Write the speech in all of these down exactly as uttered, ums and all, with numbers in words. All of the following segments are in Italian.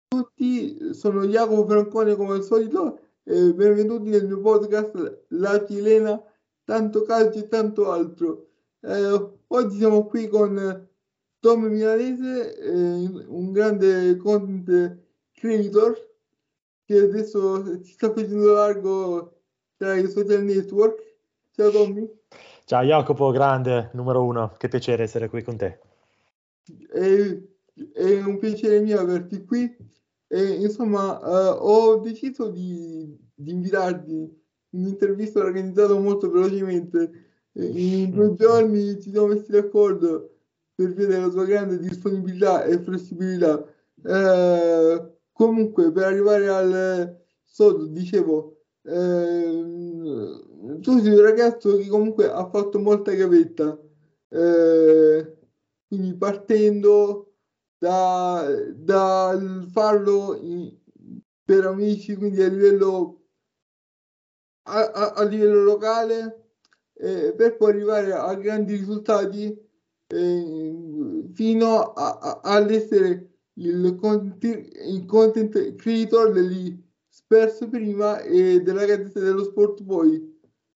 Tutti, sono Jacopo Francone come al solito e benvenuti nel mio podcast La Cilena, tanto calcio e tanto altro. Eh, oggi siamo qui con Tom Milanese, eh, un grande content creator che adesso si sta facendo largo tra i social network. Ciao Tommy. Ciao Jacopo, grande, numero uno, che piacere essere qui con te. È, è un piacere mio averti qui. E, insomma, eh, ho deciso di, di invitarti un'intervista organizzata molto velocemente. Eh, In due giorni ci siamo messi d'accordo per via della tua grande disponibilità e flessibilità. Eh, comunque, per arrivare al sodo, dicevo, ehm, tu sei un ragazzo che comunque ha fatto molta gavetta. Eh, quindi partendo da, dal farlo in- per amici, quindi a livello, a, a- a livello locale, eh, per poi arrivare a grandi risultati eh, fino a, a- all'essere il, conti- il content creator degli Spurs prima e della Gazzetta dello Sport poi.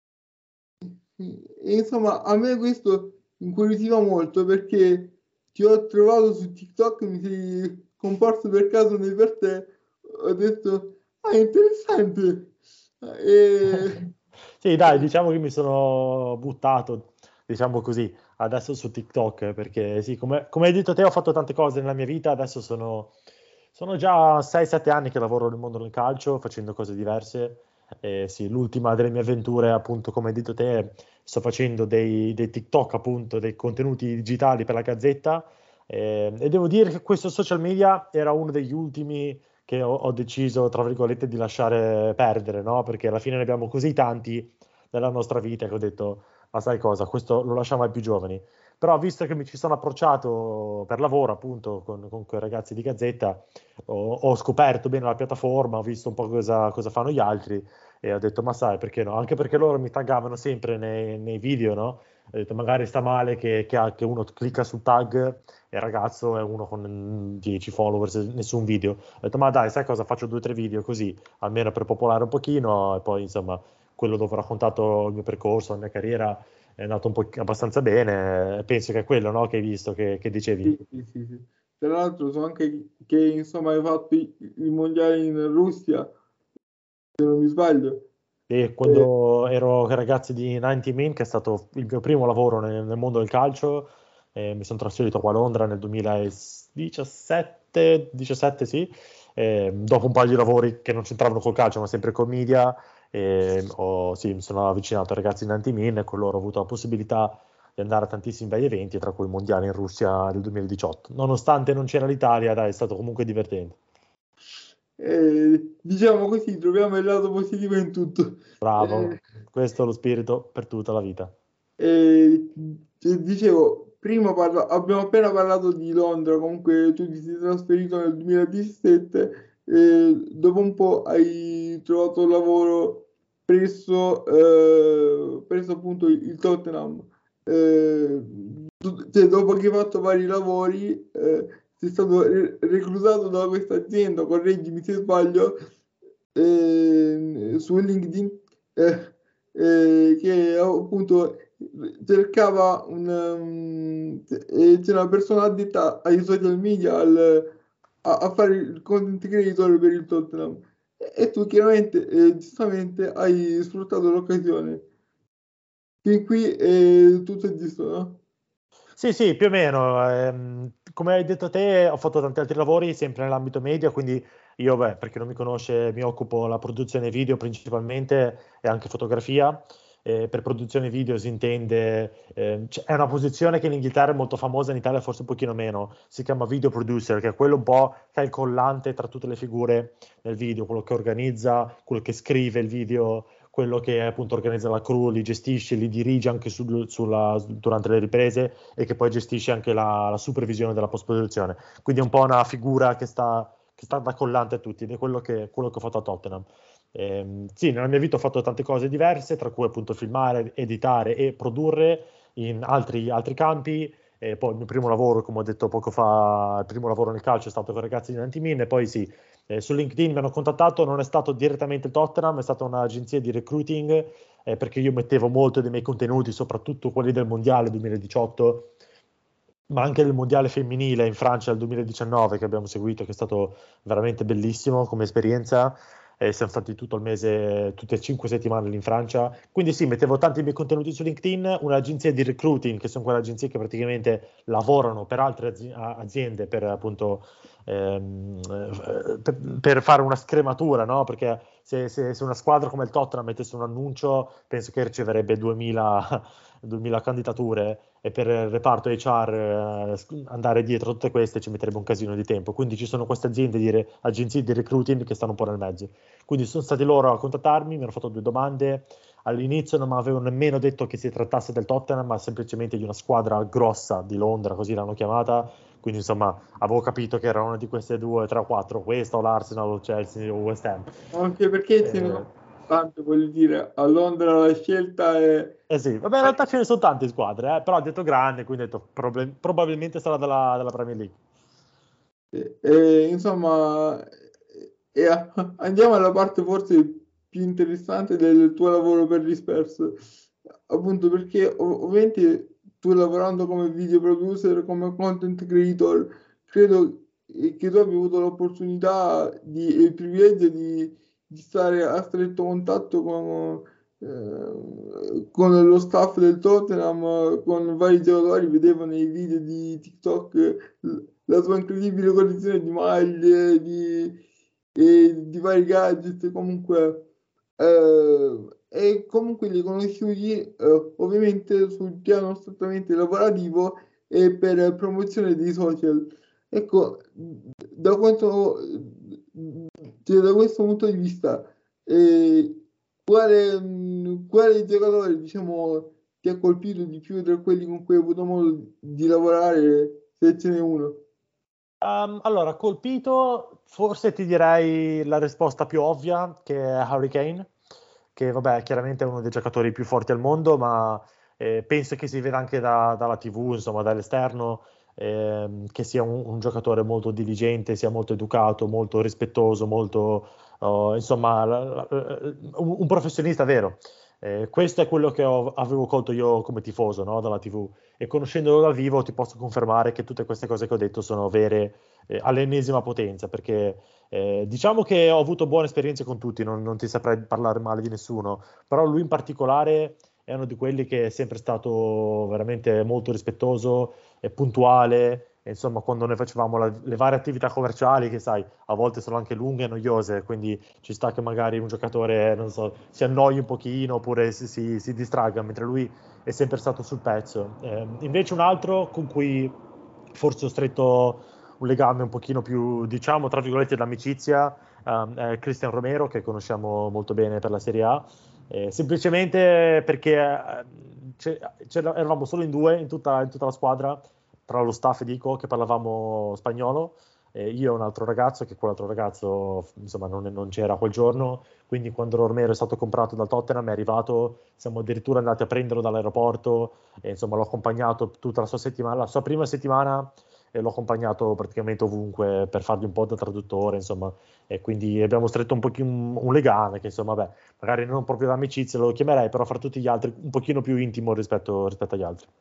E, insomma, a me questo incuriosiva molto perché ti ho trovato su TikTok, mi sei comparso per caso nei per te, ho detto, ah, interessante. E... Sì, dai, diciamo che mi sono buttato, diciamo così, adesso su TikTok, perché sì, come, come hai detto te, ho fatto tante cose nella mia vita, adesso sono, sono già sei sette anni che lavoro nel mondo del calcio, facendo cose diverse. E sì, l'ultima delle mie avventure, appunto, come hai detto te, sto facendo dei, dei TikTok, appunto, dei contenuti digitali per la Gazzetta, eh, e devo dire che questo social media era uno degli ultimi che ho, ho deciso, tra virgolette, di lasciare perdere, no? Perché alla fine ne abbiamo così tanti nella nostra vita che ho detto, ma sai cosa, questo lo lasciamo ai più giovani. Però visto che mi ci sono approcciato per lavoro, appunto, con, con quei ragazzi di Gazzetta, ho, ho scoperto bene la piattaforma, ho visto un po' cosa, cosa fanno gli altri e ho detto, ma sai, perché no? Anche perché loro mi taggavano sempre nei, nei video, no? Ho detto, magari sta male che, che ha- che uno clicca sul tag e il ragazzo è uno con dieci followers, nessun video. Ho detto, ma dai, sai cosa? Faccio due o tre video così, almeno per popolare un pochino, e poi insomma, quello dove ho raccontato il mio percorso, la mia carriera, è andato un po' abbastanza bene. Penso che è quello, no, che hai visto, che, che dicevi. Sì, sì, sì, sì. Tra l'altro so anche che insomma hai fatto i, i mondiali in Russia, se non mi sbaglio. E Eh, quando ero ragazzi di novanta Min, che è stato il mio primo lavoro nel, nel mondo del calcio, eh, mi sono trasferito qua a Londra nel duemiladiciassette, diciassette, sì, eh, dopo un paio di lavori che non c'entravano col calcio, ma sempre con media, eh, ho- sì, mi sono avvicinato ai ragazzi di novanta Min e con loro ho avuto la possibilità di andare a tantissimi bei eventi, tra cui il mondiale in Russia del duemiladiciotto. Nonostante non c'era l'Italia, dai, è stato comunque divertente. eh, diciamo così, troviamo il lato positivo in tutto. Eh, Bravo, questo è lo spirito per tutta la vita. E, ti dicevo, prima parla- abbiamo appena parlato di Londra, comunque tu ti sei trasferito nel duemiladiciassette e dopo un po' hai trovato lavoro presso, eh, presso appunto il Tottenham. Eh, tu- cioè, dopo che hai fatto vari lavori, eh, sei stato re- reclutato da questa azienda, correggimi se sbaglio, eh, su LinkedIn, eh, eh, che appunto cercava un, um, e c'era una persona addetta ai social media al- a, a fare il content creator per il Tottenham e, e tu chiaramente eh, giustamente hai sfruttato l'occasione. Fin qui è tutto giusto, no? Sì, sì, più o meno. Ehm, come hai detto te, ho fatto tanti altri lavori sempre nell'ambito media, quindi io, beh, per chi non mi conosce, mi occupo della produzione video principalmente e anche fotografia. Eh, per produzione video si intende, ehm, c- è una posizione che in Inghilterra è molto famosa, in Italia forse un pochino meno, si chiama video producer, che è quello un po' che è il collante tra tutte le figure nel video, quello che organizza, quello che scrive il video, quello che appunto organizza la crew, li gestisce, li dirige anche sul- sulla- durante le riprese e che poi gestisce anche la, la supervisione della post-produzione. Quindi è un po' una figura che sta, che sta da collante a tutti ed è quello che, quello che ho fatto a Tottenham. Ehm, sì, nella mia vita ho fatto tante cose diverse, tra cui appunto filmare, editare e produrre in altri, altri campi. e poi il mio primo lavoro, come ho detto poco fa, il primo lavoro nel calcio è stato con i ragazzi di Nantimin, e poi sì, eh, su LinkedIn mi hanno contattato, non è stato direttamente il Tottenham, è stata un'agenzia di recruiting, eh, perché io mettevo molto dei miei contenuti, soprattutto quelli del Mondiale duemiladiciotto, ma anche del Mondiale femminile in Francia del duemiladiciannove che abbiamo seguito, che è stato veramente bellissimo come esperienza. E siamo stati tutto il mese, tutte e cinque settimane lì in Francia. Quindi sì, mettevo tanti miei contenuti su LinkedIn, un'agenzia di recruiting, che sono quelle agenzie che praticamente lavorano per altre azi- aziende per appunto ehm, eh, per, per fare una scrematura, no? Perché se, se, se una squadra come il Tottenham mettesse un annuncio, penso che riceverebbe duemila, duemila candidature, e per il reparto H R eh, andare dietro a tutte queste ci metterebbe un casino di tempo. Quindi ci sono queste aziende di re- agenzie di recruiting che stanno un po' nel mezzo. Quindi sono stati loro a contattarmi, mi hanno fatto due domande. All'inizio non mi avevano nemmeno detto che si trattasse del Tottenham, ma semplicemente di una squadra grossa di Londra, così l'hanno chiamata. Quindi insomma avevo capito che era una di queste due, tre o quattro, questa o l'Arsenal o Chelsea o West Ham. Anche perché ce ne Eh, sono tante, voglio dire, a Londra la scelta è... eh sì, vabbè, in realtà ce ne sono tante squadre, eh, però ha detto grande, quindi ho detto prob- probabilmente sarà della, della Premier League. E, e, insomma, e a- andiamo alla parte forse più interessante del tuo lavoro per Disperse, appunto perché ov- ovviamente tu lavorando come video producer, come content creator, credo che tu abbia avuto l'opportunità di, e il privilegio di, di stare a stretto contatto con, eh, con lo staff del Tottenham, con vari giocatori, vedevo nei video di TikTok la sua incredibile collezione di maglie, di, e di vari gadget, comunque, eh, e comunque li ho conosciuti eh, ovviamente sul piano strettamente lavorativo e per promozione dei social. Ecco, da questo, cioè, da questo punto di vista, eh, quale, mh, quale giocatore, diciamo, ti ha colpito di più tra quelli con cui hai avuto modo di lavorare, se ce n'è uno? Um, allora, colpito, forse ti direi la risposta più ovvia, che è Harry Kane, che vabbè, chiaramente è uno dei giocatori più forti al mondo, ma eh, penso che si veda anche da- dalla T V, insomma, dall'esterno, ehm, che sia un, un giocatore molto diligente, sia molto educato, molto rispettoso, molto, oh, insomma, la- la- un, un professionista vero. Eh, questo è quello che ho- avevo colto io come tifoso, no, dalla T V, e conoscendolo dal vivo ti posso confermare che tutte queste cose che ho detto sono vere eh, all'ennesima potenza, perché eh, diciamo che ho avuto buone esperienze con tutti, non, non ti saprei parlare male di nessuno, però lui in particolare è uno di quelli che è sempre stato veramente molto rispettoso e puntuale. E insomma, quando noi facevamo la- le varie attività commerciali, che sai, a volte sono anche lunghe e noiose, quindi ci sta che magari un giocatore, non so, si annoi un pochino oppure si, si, si distragga, mentre lui è sempre stato sul pezzo. Eh, invece un altro con cui forse ho stretto un legame un pochino più, diciamo, tra virgolette, d'amicizia, ehm, è Cristian Romero, che conosciamo molto bene per la Serie A, eh, semplicemente perché eh, c'è- c'era- eravamo solo in due in tutta, in tutta la squadra, tra lo staff, dico, che parlavamo spagnolo, eh, io e un altro ragazzo, che quell'altro ragazzo, insomma, non, non c'era quel giorno, quindi quando Romero è stato comprato dal Tottenham è arrivato, siamo addirittura andati a prenderlo dall'aeroporto, e insomma l'ho accompagnato tutta la sua settimana, la sua prima settimana, e l'ho accompagnato praticamente ovunque per fargli un po' da traduttore, insomma, e quindi abbiamo stretto un pochino un, un legame che insomma, vabbè, magari non proprio d'amicizia lo chiamerei, però fra tutti gli altri un pochino più intimo rispetto, rispetto agli altri.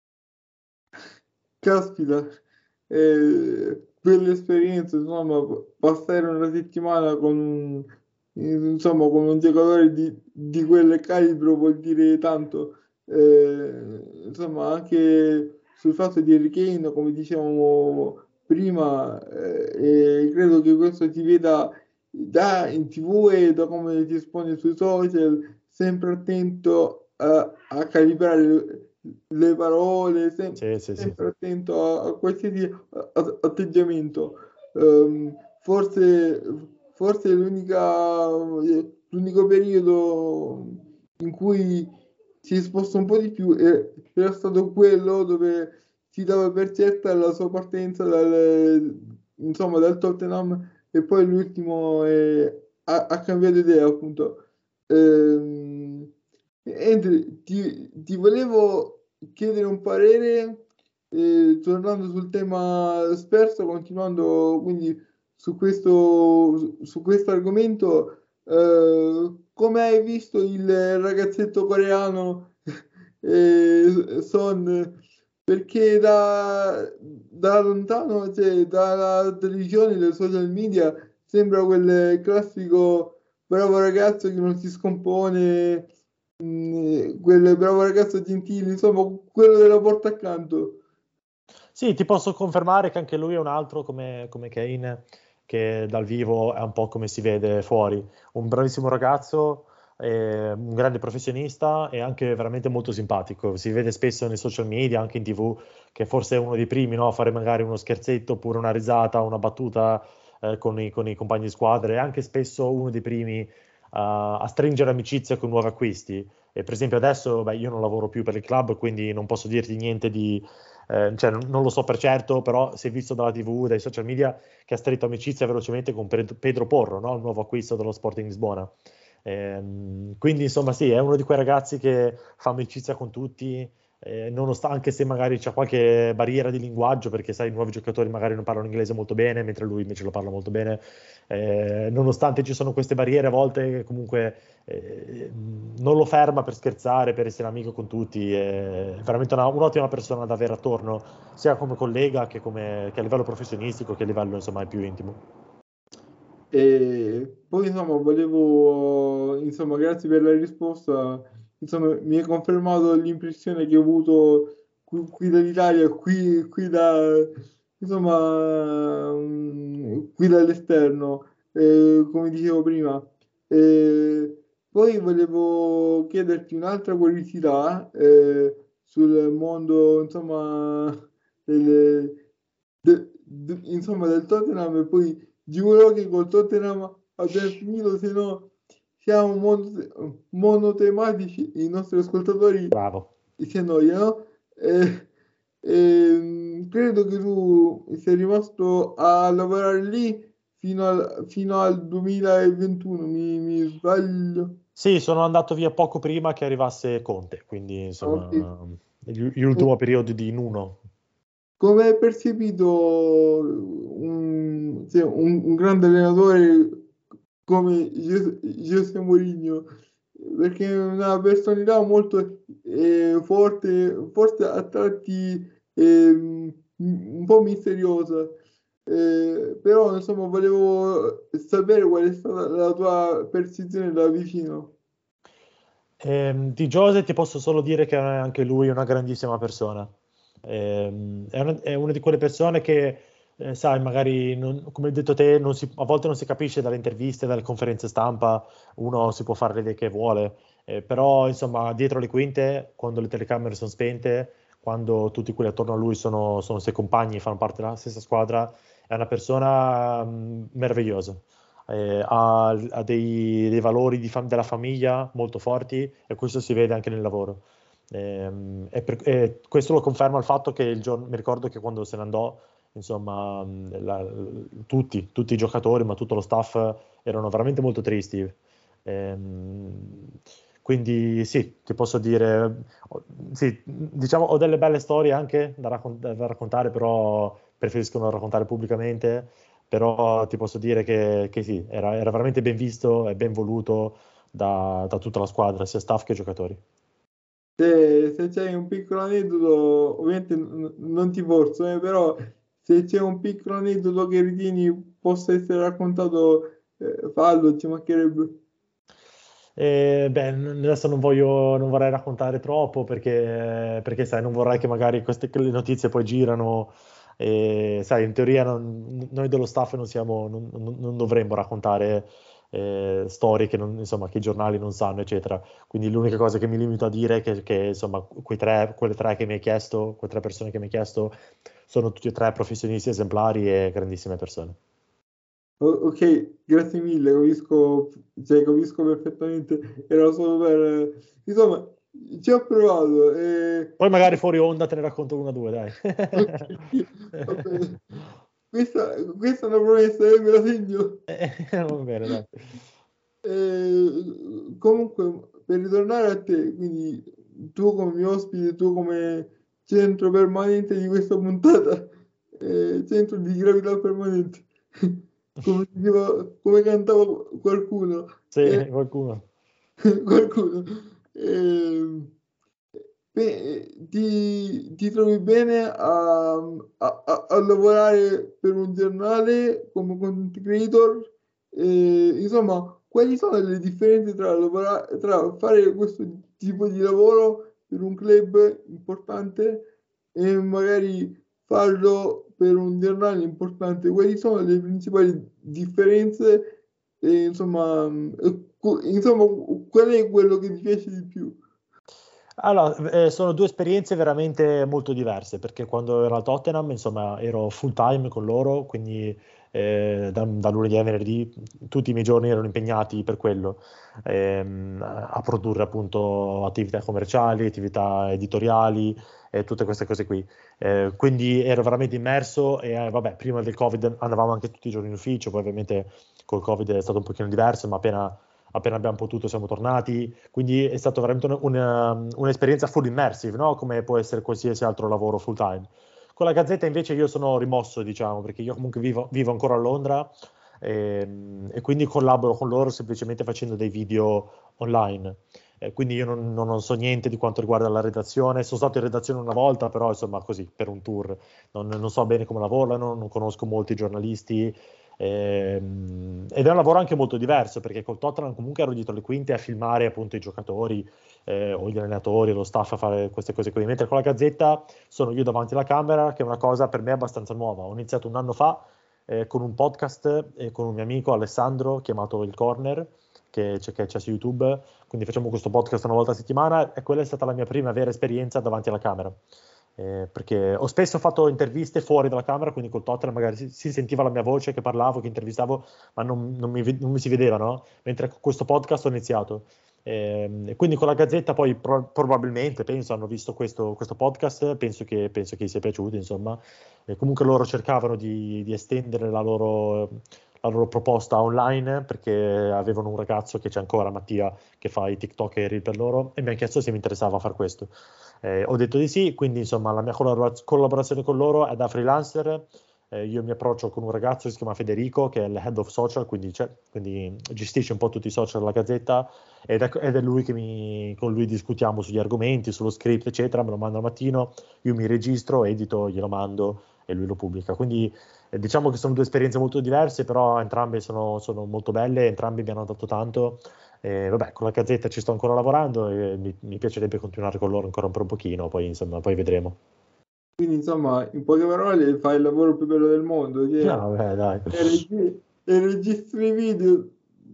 Caspita, eh, quell'esperienza, insomma, passare una settimana con, un- insomma, con un giocatore di, di quel calibro vuol dire tanto. Eh, insomma, anche sul fatto di Harry Kane, come dicevamo prima, eh, e credo che questo si veda da in T V e da come ti espone sui social, sempre attento a, a calibrare le parole, sem- Sì, sì, sì. sempre attento a, a qualsiasi a- a- atteggiamento. Ehm, forse, forse l'unica, l'unico periodo in cui si sposta un po' di più è- era stato quello dove si dava per certa la sua partenza dal, insomma, dal Tottenham, e poi l'ultimo è- ha, ha cambiato idea, appunto. Ehm, Andrew, ti, ti volevo chiedere un parere, eh, tornando sul tema sperso, continuando quindi su questo, su questo argomento, eh, come hai visto il ragazzetto coreano eh, Son? Perché da, da lontano, cioè dalla televisione, dai social media, sembra quel classico bravo ragazzo che non si scompone, mh, quel bravo ragazzo gentile, insomma, quello della porta accanto. Sì, ti posso confermare che anche lui è un altro come, come Kane, che dal vivo è un po' come si vede fuori. Un bravissimo ragazzo, eh, un grande professionista e anche veramente molto simpatico. Si vede spesso nei social media, anche in T V, che forse è uno dei primi, no, a fare magari uno scherzetto oppure una risata, una battuta eh, con i, con i compagni di squadra, e anche spesso uno dei primi a a stringere amicizia con nuovi acquisti. E per esempio adesso, beh, io non lavoro più per il club, quindi non posso dirti niente di eh, cioè, non, non lo so per certo, però si è visto dalla T V, dai social media, che ha stretto amicizia velocemente con Ped- Pedro Porro, no? Il nuovo acquisto dello Sporting Lisbona. Ehm, quindi, insomma, sì, è uno di quei ragazzi che fa amicizia con tutti, eh, nonostante, anche se magari c'è qualche barriera di linguaggio, perché sai, i nuovi giocatori magari non parlano inglese molto bene, mentre lui invece lo parla molto bene. Eh, nonostante ci sono queste barriere, a volte comunque eh, non lo ferma per scherzare, per essere amico con tutti. È veramente una- un'ottima persona da avere attorno, sia come collega che, come, che a livello professionistico, che a livello insomma più intimo. E poi, insomma, volevo, insomma, grazie per la risposta. Insomma, mi hai confermato l'impressione che ho avuto qui, qui dall'Italia, qui, qui da, insomma, mm, qui dall'esterno, eh, come dicevo prima. E poi volevo chiederti un'altra curiosità, eh, sul mondo, insomma, del, de- de- insomma, del Tottenham, e poi giuro che col Tottenham abbiamo finito, se no siamo mono- monotematici, i nostri ascoltatori Bravo. si annoiano. E, e, credo che tu sei rimasto a lavorare lì fino al, fino al duemilaventuno, mi, mi sbaglio? Sì, sono andato via poco prima che arrivasse Conte, quindi Ah, ok. insomma gli- l'ultimo periodo di Nuno. Come hai percepito un, sì, un- un grande allenatore come Gio- José Mourinho? Perché è una personalità molto eh, forte, forse a tratti ehm, un po' misteriosa. Eh, però insomma volevo sapere qual è stata la tua percezione da vicino. Ehm, di Jose ti posso solo dire che anche lui è una grandissima persona. Ehm, è, una, è una di quelle persone che, eh, sai, magari, non- come hai detto te, non si- a volte non si capisce dalle interviste, dalle conferenze stampa, uno si può fare le idee che vuole, eh, però, insomma, dietro le quinte, quando le telecamere sono spente, quando tutti quelli attorno a lui sono, sono suoi compagni e fanno parte della stessa squadra, è una persona, mh, meravigliosa, eh, ha, ha dei, dei valori di fam- della famiglia molto forti, e questo si vede anche nel lavoro. Ehm, e per- e questo lo conferma il fatto che il giorno, mi ricordo che quando se ne andò, insomma, mh, la- tutti, tutti i giocatori, ma tutto lo staff erano veramente molto tristi. Ehm, quindi sì, ti posso dire, ho- sì, diciamo, ho delle belle storie anche da, raccon- da raccontare, però preferisco non raccontare pubblicamente. Però ti posso dire che, che sì, era, era veramente ben visto e ben voluto da, da tutta la squadra, sia staff che giocatori. Se, se c'è un piccolo aneddoto, ovviamente n- non ti forzo, eh, però se c'è un piccolo aneddoto che ritieni possa essere raccontato, eh, fallo, ci mancherebbe. E, beh, n- adesso non voglio, non vorrei raccontare troppo perché, perché, sai, non vorrei che magari queste che le notizie poi girano e, sai, in teoria non- noi dello staff non siamo, non, non- non dovremmo raccontare eh, storie che, non- insomma, che i giornali non sanno, eccetera. Quindi l'unica cosa che mi limito a dire è che, che, insomma, quei tre, quelle tre che mi hai chiesto, quelle tre persone che mi hai chiesto, sono tutti e tre professionisti esemplari e grandissime persone. O- ok, grazie mille, capisco, cioè, capisco perfettamente, era solo per... Insomma, ci ho provato. E... Poi magari fuori onda te ne racconto una o due, dai. Ok, va bene. Questa, questa è una promessa, eh, me la segno. Eh, Va bene, dai. Eh, comunque, per ritornare a te, quindi tu come mio ospite, tu come centro permanente di questa puntata, eh, centro di gravità permanente, come, diceva, come cantava qualcuno. Sì, Eh, qualcuno. qualcuno. Eh, beh, ti, ti trovi bene a, a- a- a lavorare per un giornale come content creator? Eh, insomma, quali sono le differenze tra, lavorare, tra fare questo tipo di lavoro per un club importante e magari farlo per un giornale importante? Quali sono le principali differenze? E, insomma, eh, cu- insomma, qual è quello che ti piace di più? Allora, eh, sono due esperienze veramente molto diverse, perché quando ero al Tottenham, insomma, ero full time con loro, quindi eh, da, da lunedì a venerdì tutti i miei giorni erano impegnati per quello, ehm, a produrre appunto attività commerciali, attività editoriali e tutte queste cose qui. Eh, quindi ero veramente immerso e eh, vabbè, prima del Covid andavamo anche tutti i giorni in ufficio, poi ovviamente col Covid è stato un pochino diverso, ma appena appena abbiamo potuto siamo tornati, quindi è stato veramente un- una- un'esperienza full immersive, no? Come può essere qualsiasi altro lavoro full time. Con la Gazzetta invece io sono rimosso, diciamo, perché io comunque vivo, vivo ancora a Londra ehm, e, quindi collaboro con loro semplicemente facendo dei video online. Eh, quindi io non, non- non so niente di quanto riguarda la redazione, sono stato in redazione una volta, però insomma così, per un tour. Non, non so bene come lavorano, non conosco molti giornalisti, Ehm, ed è un lavoro anche molto diverso perché col Tottenham comunque ero dietro le quinte a filmare appunto i giocatori eh, o gli allenatori, lo staff a fare queste cose qui, mentre con la Gazzetta sono io davanti alla camera, che è una cosa per me abbastanza nuova. Ho iniziato un anno fa eh, con un podcast e con un mio amico Alessandro chiamato Il Corner, che c'è, che c'è su YouTube, quindi facciamo questo podcast una volta a settimana e quella è stata la mia prima vera esperienza davanti alla camera. Eh, perché ho spesso fatto interviste fuori dalla camera, quindi col Tottenham magari si, si sentiva la mia voce che parlavo, che intervistavo, ma non, non mi, non mi si vedeva, no? Mentre con questo podcast ho iniziato. Eh, e quindi con la Gazzetta poi pro- probabilmente, penso, hanno visto questo, questo podcast, penso che, penso che gli sia piaciuto, insomma. E comunque loro cercavano di, di estendere la loro, la loro proposta online perché avevano un ragazzo che c'è ancora, Mattia, che fa i TikTok e i reel per loro e mi hanno chiesto se mi interessava far questo. Eh, ho detto di sì, quindi insomma la mia collabor- collaborazione con loro è da freelancer. Eh, io mi approccio con un ragazzo che si chiama Federico, che è il head of social, quindi, c'è- quindi gestisce un po' tutti i social della Gazzetta ed è, ed è lui che mi, con lui discutiamo sugli argomenti, sullo script, eccetera. Me lo manda al mattino, io mi registro, edito, glielo mando e lui lo pubblica. Quindi eh, diciamo che sono due esperienze molto diverse, però entrambe sono, sono molto belle, entrambi mi hanno dato tanto. E, vabbè, con la Gazzetta ci sto ancora lavorando e mi, mi piacerebbe continuare con loro ancora per un pochino, poi insomma, poi vedremo. Quindi, insomma, in poche parole, fai il lavoro più bello del mondo, che No, vabbè, dai. è regi- è registri video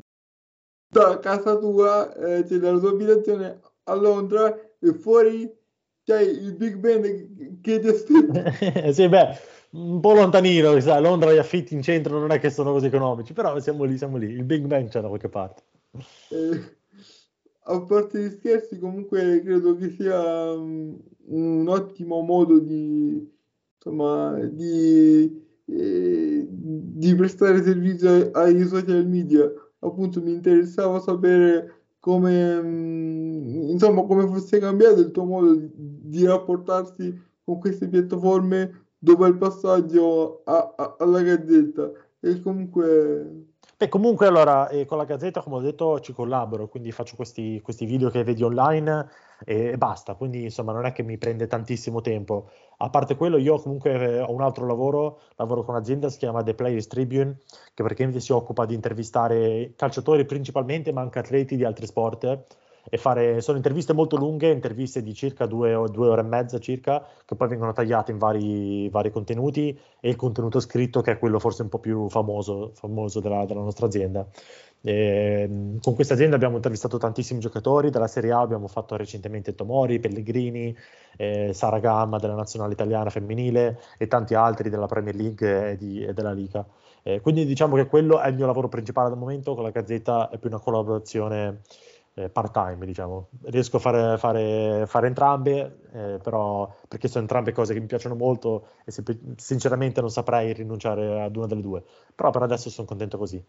da casa tua, eh, cioè dalla tua abitazione a Londra e fuori c'è il Big Ben che, che ti aspetta. Sì, beh, un po' lontanino, sai, Londra gli affitti in centro non è che sono così economici, però siamo lì, siamo lì. Il Big Bang c'è da qualche parte. Eh, a parte gli scherzi, comunque credo che sia mm, un ottimo modo di, insomma, di, eh, di prestare servizio ai social media. Appunto, mi interessava sapere come, mm, insomma, come fosse cambiato il tuo modo di, di rapportarsi con queste piattaforme dopo il passaggio a- a- alla Gazzetta. E comunque. Beh, comunque allora, eh, con la Gazzetta, come ho detto, ci collaboro, quindi faccio questi, questi video che vedi online e, e basta, quindi insomma non è che mi prende tantissimo tempo. A parte quello, io comunque eh, ho un altro lavoro, lavoro con un'azienda che si chiama The Players Tribune, che praticamente si occupa di intervistare calciatori principalmente, ma anche atleti di altri sport. E fare, sono interviste molto lunghe, interviste di circa due, o- due ore e mezza circa, che poi vengono tagliate in vari, vari contenuti e il contenuto scritto che è quello forse un po' più famoso, famoso della, della nostra azienda. E, con questa azienda abbiamo intervistato tantissimi giocatori della Serie A, abbiamo fatto recentemente Tomori, Pellegrini, eh, Sara Gamma della nazionale italiana femminile e tanti altri della Premier League e, di- e della Liga. Eh, quindi diciamo che quello è il mio lavoro principale al momento, con la Gazzetta è più una collaborazione eh, part-time, diciamo. Riesco a fare, fare, fare entrambe, eh, però perché sono entrambe cose che mi piacciono molto e se- sinceramente non saprei rinunciare ad una delle due. Però per adesso sono contento così.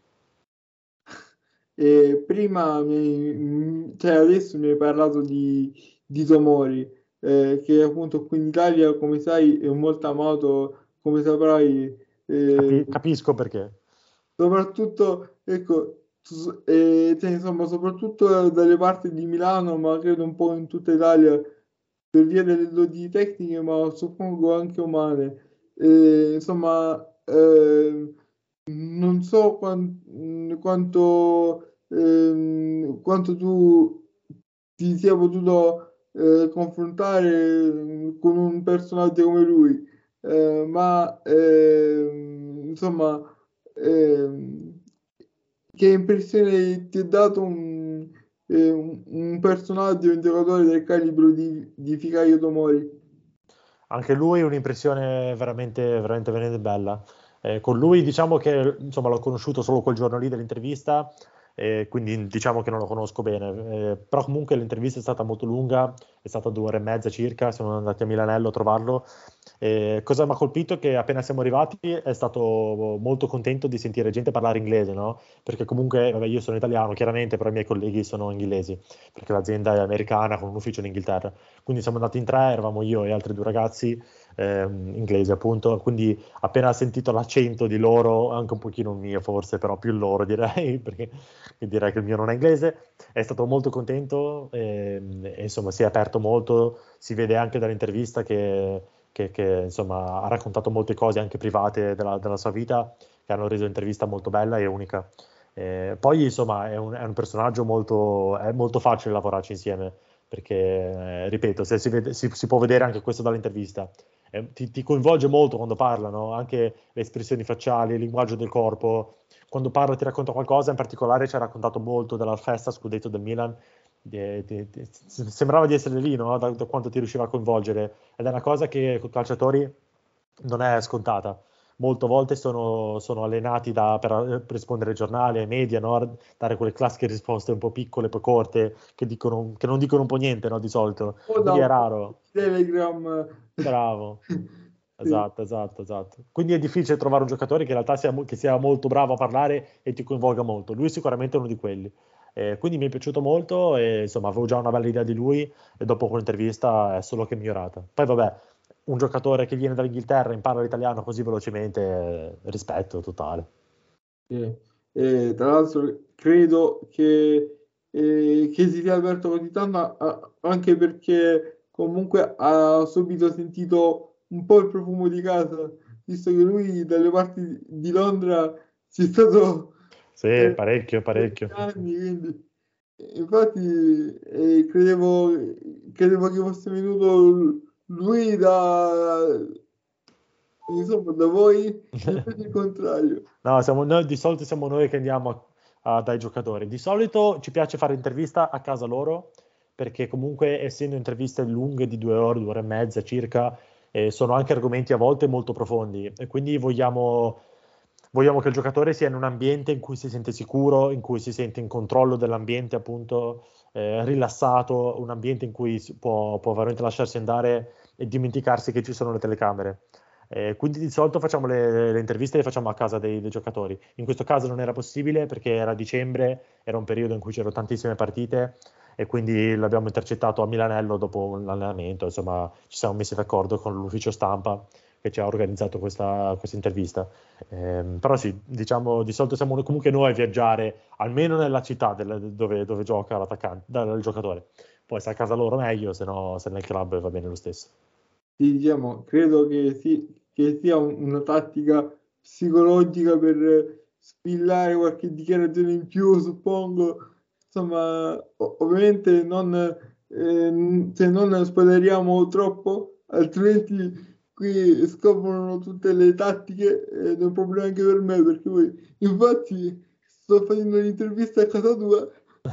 E prima, mi, mm, cioè adesso mi hai parlato di, di Tomori. eh, che appunto qui in Italia, come sai, è molto amato, come saprai, eh, Capi- capisco perché. soprattutto, ecco, s- eh, cioè, insomma, soprattutto dalle parti di Milano, ma credo un po' in tutta Italia, per via delle doti tecniche, ma suppongo anche umane. Eh, insomma, eh, non so quan- mh, quanto, ehm, quanto tu ti sia potuto eh, confrontare mh, con un personaggio come lui, eh, ma ehm, insomma, ehm, che impressione ti ha dato un, eh, un- un personaggio, un giocatore del calibro di, di Fikayo Tomori? Anche lui è un'impressione veramente, veramente, veramente bella. Eh, con lui diciamo che insomma, l'ho conosciuto solo quel giorno lì dell'intervista, e quindi diciamo che non lo conosco bene. Eh, però comunque l'intervista è stata molto lunga, è stata due ore e mezza circa, siamo andati a Milanello a trovarlo. Eh, cosa mi ha colpito? Che appena siamo arrivati è stato molto contento di sentire gente parlare inglese, no? Perché comunque, vabbè, io sono italiano chiaramente, però i miei colleghi sono inglesi, perché l'azienda è americana con un ufficio in Inghilterra. Quindi siamo andati in tre, eravamo io e altri due ragazzi ehm, inglesi appunto, quindi appena sentito l'accento di loro, anche un pochino il mio forse, però più il loro direi, perché direi che il mio non è inglese, è stato molto contento ehm, e insomma si è aperto molto, si vede anche dall'intervista che, che, che, insomma ha raccontato molte cose anche private della, della sua vita, che hanno reso l'intervista molto bella e unica. Eh, poi insomma è un, è un personaggio molto, è molto facile lavorarci insieme perché, eh, ripeto, se si, vede- si- si può vedere anche questo dall'intervista. Eh, ti, ti coinvolge molto quando parlano, anche le espressioni facciali, il linguaggio del corpo. Quando parla ti racconta qualcosa, in particolare ci ha raccontato molto della festa scudetto del Milan. Di- di- di- sembrava di essere lì, no? Da, da quanto ti riusciva a coinvolgere. Ed è una cosa che con i calciatori non è scontata. Molte volte sono, sono allenati da- per, per rispondere ai giornali, ai media, no? Dare quelle classiche risposte un po' piccole, poi corte, che, dicono, che non dicono un po' niente, no? Di solito. O da Quindi è un raro. Telegram. Bravo. Sì, Esatto, esatto, esatto. Quindi è difficile trovare un giocatore che in realtà sia, mo- che sia molto bravo a parlare e ti coinvolga molto. Lui sicuramente è uno di quelli. Eh, quindi mi è piaciuto molto e insomma avevo già una bella idea di lui e dopo quell'intervista è solo che migliorata. Poi vabbè, un giocatore che viene dall'Inghilterra e impara l'italiano così velocemente, eh, rispetto totale. sì. E, tra l'altro credo che, eh, che si sia aperto così tanto a- a- anche perché comunque ha subito sentito un po' il profumo di casa, visto che lui dalle parti di Londra ci è stato Sì, per parecchio, per parecchio. anni, quindi infatti eh, credevo, credevo che fosse venuto lui da, insomma, da voi, invece il contrario. No, siamo noi, di solito siamo noi che andiamo a- a- dai giocatori. Di solito ci piace fare intervista a casa loro, perché comunque essendo interviste lunghe di due ore, due ore e mezza circa, eh, sono anche argomenti a volte molto profondi e quindi vogliamo, vogliamo che il giocatore sia in un ambiente in cui si sente sicuro, in cui si sente in controllo dell'ambiente, appunto, eh, rilassato, un ambiente in cui si può, può veramente lasciarsi andare e dimenticarsi che ci sono le telecamere. Eh, quindi di solito facciamo le, le interviste le facciamo a casa dei, dei giocatori. In questo caso non era possibile perché era dicembre, era un periodo in cui c'erano tantissime partite e quindi l'abbiamo intercettato a Milanello dopo l'allenamento. Insomma, ci siamo messi d'accordo con l'ufficio stampa che ci ha organizzato questa, questa intervista. Ehm, però sì, diciamo, di solito siamo comunque noi a viaggiare, almeno nella città del- dove, dove gioca l'attaccante, dal giocatore. Poi se a casa loro meglio, se no se nel club va bene lo stesso. Sì, diciamo, credo che, sì, che sia un- una tattica psicologica per spillare qualche dichiarazione in più, suppongo. Insomma, o- ovviamente non, eh, se non spoileriamo troppo, altrimenti qui scoprono tutte le tattiche ed è un problema anche per me, perché poi, infatti, sto facendo un'intervista a casa tua.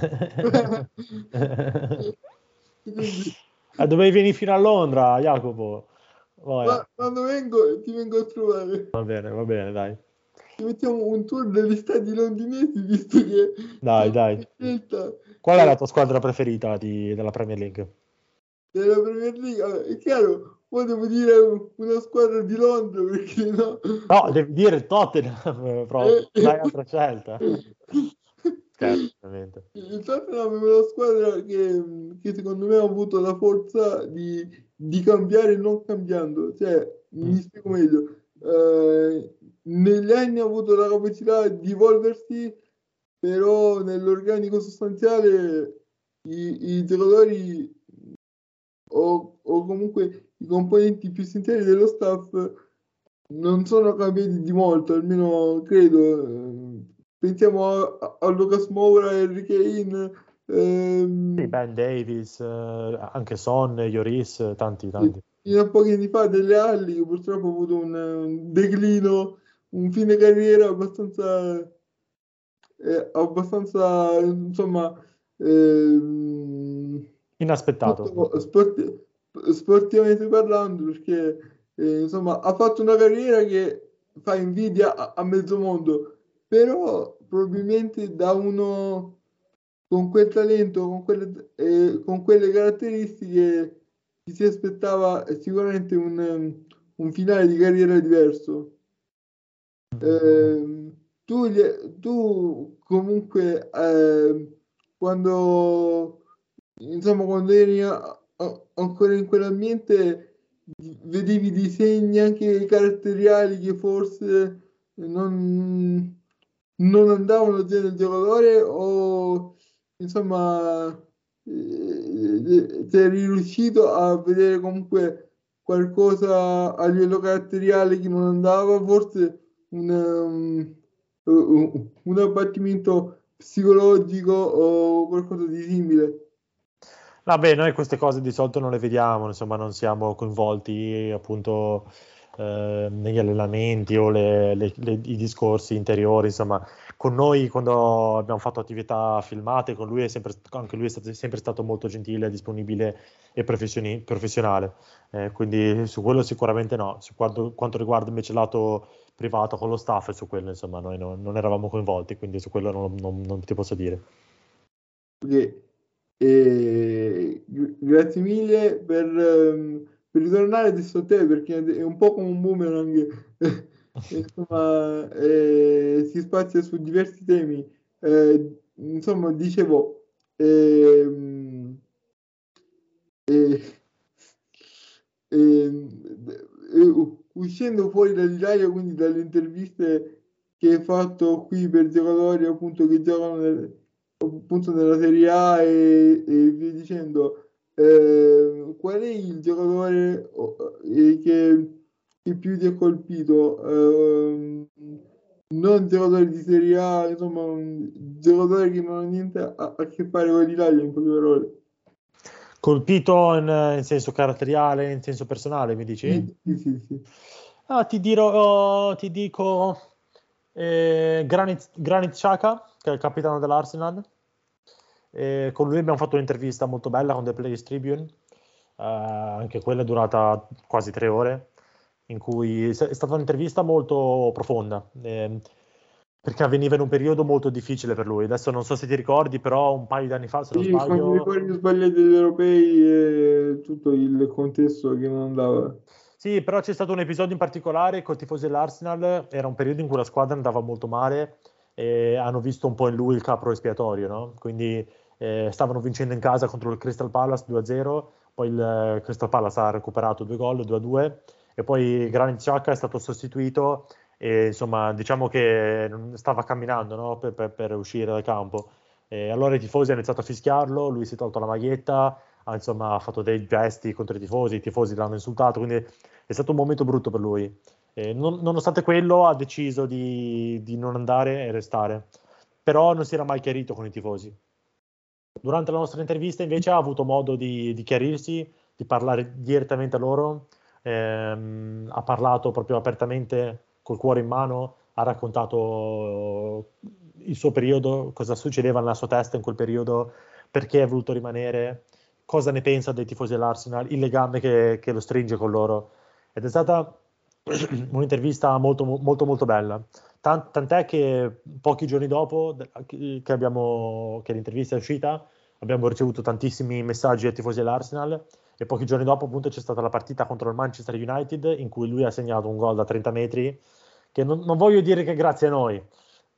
Quindi, Ah, dovevi venire fino a Londra, Jacopo. ma- Vai, quando vengo ti vengo a trovare. va bene, va bene, dai. Ci mettiamo un tour degli stadi londinesi, visto che c'è Dai, dai. una scelta Qual è eh, la tua squadra preferita di- della Premier League? della Premier League. Allora, è chiaro, poi devo dire una squadra di Londra, perché no? No, devi dire il Tottenham proprio, Eh, non hai altra scelta. Certo, ovviamente. Il Tottenham è una squadra che, che secondo me ha avuto la forza di, di cambiare non cambiando. Cioè, Mm. mi spiego meglio. Eh, negli anni ha avuto la capacità di evolversi, però nell'organico sostanziale i, i giocatori o, o comunque i componenti più essenziali dello staff non sono cambiati di molto, almeno credo. Eh, Pensiamo a, a Lucas Moura e Harry Kane, Sì, ehm, Ben Davis, eh, anche Son, Lloris, tanti, che tanti. fino a pochi anni fa delle Alli, che purtroppo ha avuto un, un declino, un fine carriera abbastanza, eh, abbastanza insomma, ehm, Inaspettato. tutto sport- sportivamente parlando, perché eh, insomma ha fatto una carriera che fa invidia a, a mezzo mondo, però probabilmente da uno con quel talento, con quelle, eh, con quelle caratteristiche ci si aspettava sicuramente un, um, un finale di carriera diverso. Ehm, tu, gli- tu comunque ehm, quando insomma quando eri a- a- ancora in quell'ambiente vedevi dei segni anche caratteriali che forse non, non andavano bene al giocatore o insomma eh, sei riuscito a vedere comunque qualcosa a livello caratteriale che non andava, forse un, um, un un abbattimento psicologico o qualcosa di simile. Vabbè, noi queste cose di solito non le vediamo, insomma, non siamo coinvolti appunto eh, negli allenamenti o le- le- le- i discorsi interiori, insomma, con noi quando abbiamo fatto attività filmate, con lui è sempre, anche lui è stato, sempre stato molto gentile, disponibile e professioni- professionale. Eh, quindi su quello sicuramente no. Su quanto, quanto riguarda invece il lato privato con lo staff, su quello insomma noi no- non eravamo coinvolti, quindi su quello non non- non ti posso dire. Perché, eh, gra- grazie mille per, ehm, per ritornare adesso a te, perché è un po' come un boomerang, insomma, eh, si spazia su diversi temi. Eh, insomma, dicevo, ehm, eh, ehm, eh, uscendo fuori dall'Italia, quindi dalle interviste che hai fatto qui per giocatori appunto che giocano nel, appunto nella Serie A e, e via dicendo, eh, qual è il giocatore oh, eh, che, che più ti ha colpito? Ehm, non giocatore di Serie A, insomma, un giocatore che non ha niente a, a che fare con l'Italia, in poche parole. Colpito in, in senso caratteriale, in senso personale, mi dici? Sì, sì, sì, sì. Ah, ti dirò, ti dico eh, Granit, Granit Xhaka, che è il capitano dell'Arsenal. E con lui abbiamo fatto un'intervista molto bella con The Players Tribune, eh, anche quella è durata quasi tre ore, in cui è stata un'intervista molto profonda, ehm, perché avveniva in un periodo molto difficile per lui. Adesso non so se ti ricordi, però un paio di anni fa, se non Sì, con i sbaglio, rigori sbagliati degli europei e tutto il contesto che non andava. sì, però c'è stato un episodio in particolare con i tifosi dell'Arsenal, era un periodo in cui la squadra andava molto male e hanno visto un po' in lui il capro espiatorio, no? Quindi eh, stavano vincendo in casa contro il Crystal Palace due a zero, poi il eh, Crystal Palace ha recuperato due gol, due a due, e poi Granit Xhaka è stato sostituito e insomma diciamo che non stava camminando, no? per, per- per uscire dal campo. E allora i tifosi hanno iniziato a fischiarlo, lui si è tolto la maglietta, ha, insomma, ha fatto dei gesti contro i tifosi, i tifosi l'hanno insultato, quindi è stato un momento brutto per lui. Eh, non- nonostante quello, ha deciso di, di non andare e restare. Però non si era mai chiarito con i tifosi. Durante la nostra intervista, invece, ha avuto modo di, di chiarirsi, di parlare direttamente a loro. Ehm, ha parlato proprio apertamente, col cuore in mano, ha raccontato il suo periodo, cosa succedeva nella sua testa in quel periodo, perché ha voluto rimanere, cosa ne pensa dei tifosi dell'Arsenal, il legame che, che lo stringe con loro. Ed è stata un'intervista molto, molto, molto bella. Tant- tant'è che pochi giorni dopo che, abbiamo, che l'intervista è uscita, abbiamo ricevuto tantissimi messaggi ai tifosi dell'Arsenal e pochi giorni dopo appunto c'è stata la partita contro il Manchester United in cui lui ha segnato un gol da trenta metri che non, non voglio dire che grazie a noi,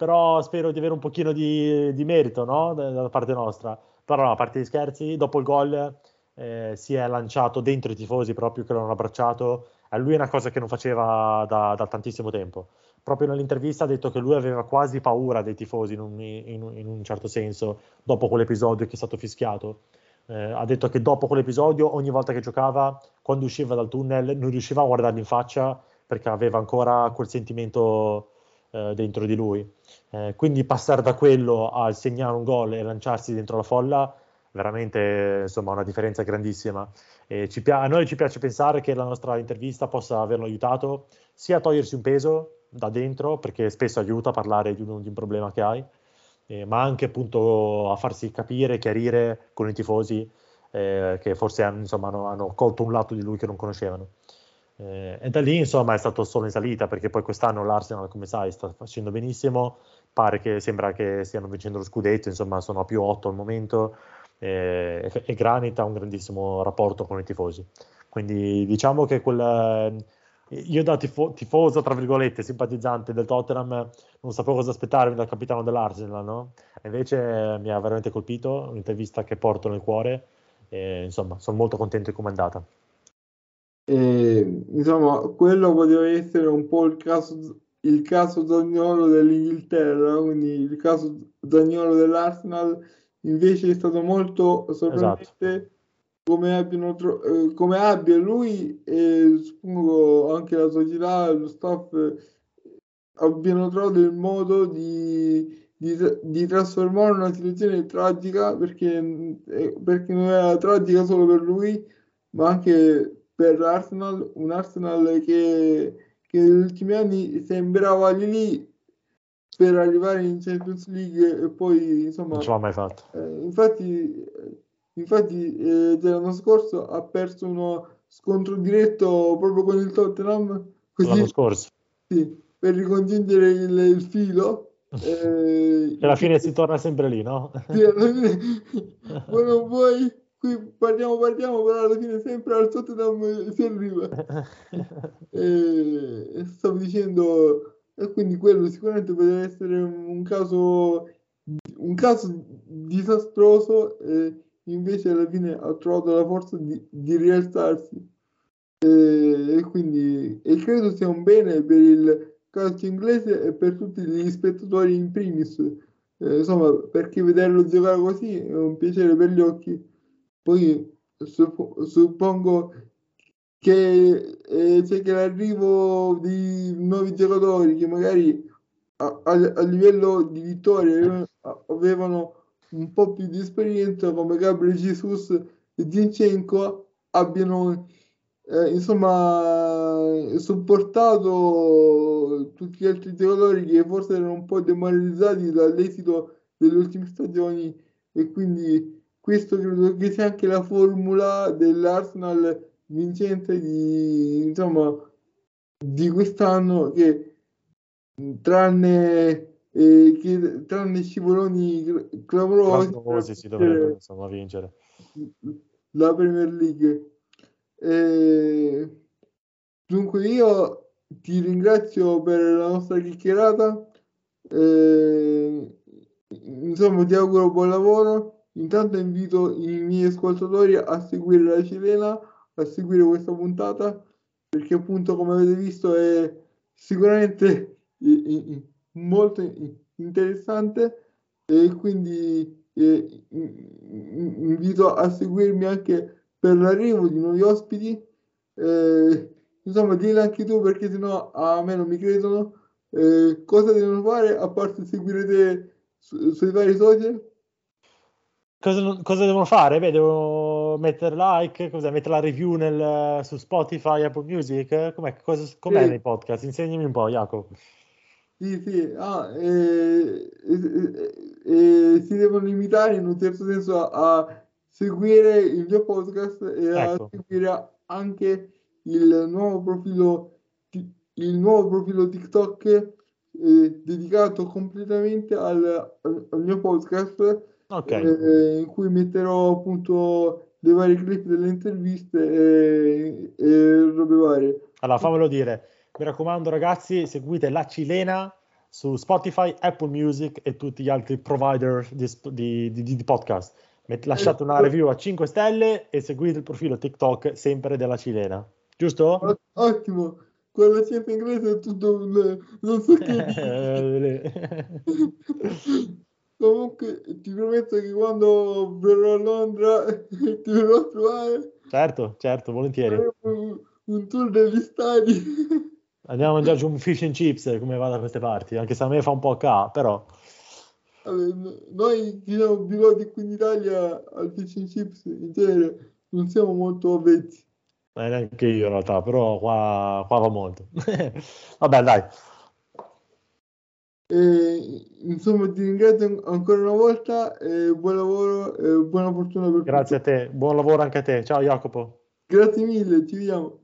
però spero di avere un pochino di, di merito, no? Da, da parte nostra. Però no, a parte gli scherzi, dopo il gol eh, si è lanciato dentro i tifosi proprio che l'hanno abbracciato. A lui è una cosa che non faceva da, da tantissimo tempo. Proprio nell'intervista ha detto che lui aveva quasi paura dei tifosi in un, in, in un certo senso, dopo quell'episodio che è stato fischiato. Eh, ha detto che dopo quell'episodio, ogni volta che giocava, quando usciva dal tunnel, non riusciva a guardarli in faccia perché aveva ancora quel sentimento eh, dentro di lui. Eh, quindi passare da quello al segnare un gol e lanciarsi dentro la folla, veramente insomma una differenza grandissima. E ci pia- a noi ci piace pensare che la nostra intervista possa averlo aiutato sia a togliersi un peso da dentro, perché spesso aiuta a parlare di un, di un problema che hai, eh, ma anche appunto a farsi capire, chiarire con i tifosi eh, che forse hanno, insomma, hanno, hanno colto un lato di lui che non conoscevano. Eh, e da lì insomma è stato solo in salita, perché poi quest'anno l'Arsenal, come sai, sta facendo benissimo, pare che sembra che stiano vincendo lo scudetto, insomma sono a più otto al momento, eh, e, e Granit ha un grandissimo rapporto con i tifosi. Quindi diciamo che quel, io da tifo- tifoso, tra virgolette, simpatizzante del Tottenham, non sapevo cosa aspettarmi dal capitano dell'Arsenal, no? E invece eh, mi ha veramente colpito, un'intervista che porto nel cuore, e insomma sono molto contento di come è andata. E, insomma, quello poteva essere un po' il caso, il caso Zaniolo dell'Inghilterra, quindi il caso Zaniolo dell'Arsenal invece è stato molto Esatto. sorprendente come abbiano tro- eh, come abbia lui e suppongo anche la società, lo staff eh, abbiano trovato il modo di, di, tra- di trasformare una situazione tragica perché, eh, perché non era tragica solo per lui ma anche per l'Arsenal, un Arsenal che, che negli ultimi anni sembrava lì lì per arrivare in Champions League e poi Non insomma ce l'ho mai fatto. eh, infatti, infatti eh, l'anno scorso ha perso uno scontro diretto proprio con il Tottenham L'anno così scorso. sì, per ricongiungere il, il filo eh, Che alla fine si torna sempre lì, no? sì, alla fine, vuoi non vuoi, qui parliamo, parliamo, però alla fine sempre al Tottenham si arriva. E stavo dicendo, e quindi quello sicuramente poteva essere un caso, un caso disastroso, e invece alla fine ha trovato la forza di, di rialzarsi. E, e quindi e credo sia un bene per il calcio inglese e per tutti gli spettatori in primis. Eh, insomma, perché vederlo giocare così è un piacere per gli occhi. Poi suppo- suppongo che eh, c'è che l'arrivo di nuovi giocatori che magari a, a- a livello di vittorie avevano avevano un po' più di esperienza come Gabriel Jesus e Zinchenko abbiano eh, insomma supportato tutti gli altri giocatori che forse erano un po' demoralizzati dall'esito delle ultime stagioni e quindi questo credo che sia anche la formula dell'Arsenal vincente di, insomma, di quest'anno che tranne, eh, che, tranne scivoloni cl- clamorosi per Clamorosi si dovrebbero vincere insomma vincere. la Premier League. Eh, dunque io ti ringrazio per la nostra chiacchierata. Eh, insomma, ti auguro buon lavoro. Intanto invito i miei ascoltatori a seguire la cilena, a seguire questa puntata, perché appunto, come avete visto, è sicuramente i- i- molto i- interessante e quindi eh, in- invito a seguirmi anche per l'arrivo di nuovi ospiti. Eh, insomma, dillo anche tu perché sennò a me non mi credono. Eh, cosa devono fare a parte seguire te su- sui vari social? Cosa, cosa devono fare? Beh, devono mettere like, cos'è? Mettere la review nel, su Spotify, Apple Music? Com'è, cosa- com'è Sì, nei podcast? Insegnami un po', Jacopo. sì, sì. Ah, eh, eh, eh, eh, si devono limitare in un certo senso a, a seguire il mio podcast e a Ecco, seguire anche il nuovo profilo, ti- il nuovo profilo TikTok eh, dedicato completamente al, al- al mio podcast ok. eh, in cui metterò appunto dei vari clip delle interviste e, e robe varie. Allora, fammelo dire. Mi raccomando, ragazzi, seguite La Cilena su Spotify, Apple Music e tutti gli altri provider di, di, di, di podcast. Lasciate una review a cinque stelle e seguite il profilo TikTok sempre della Cilena, giusto? Ottimo, con l'accento inglese è tutto un, non so che dire. Comunque ti prometto che quando verrò a Londra ti verrò a trovare. Certo, certo, volentieri. Un, un tour degli stadi. Andiamo a mangiarci un fish and chips come va da queste parti, anche se a me fa un po' ca, però... Allora, noi che siamo abituati qui in Italia al fish and chips in genere non siamo molto avvezzi. Eh, neanche io in realtà, però qua, qua va molto. Vabbè, dai. E, insomma, ti ringrazio ancora una volta e buon lavoro e buona fortuna per Grazie tutto. a te, buon lavoro anche a te. Ciao Jacopo. Grazie mille, ci vediamo.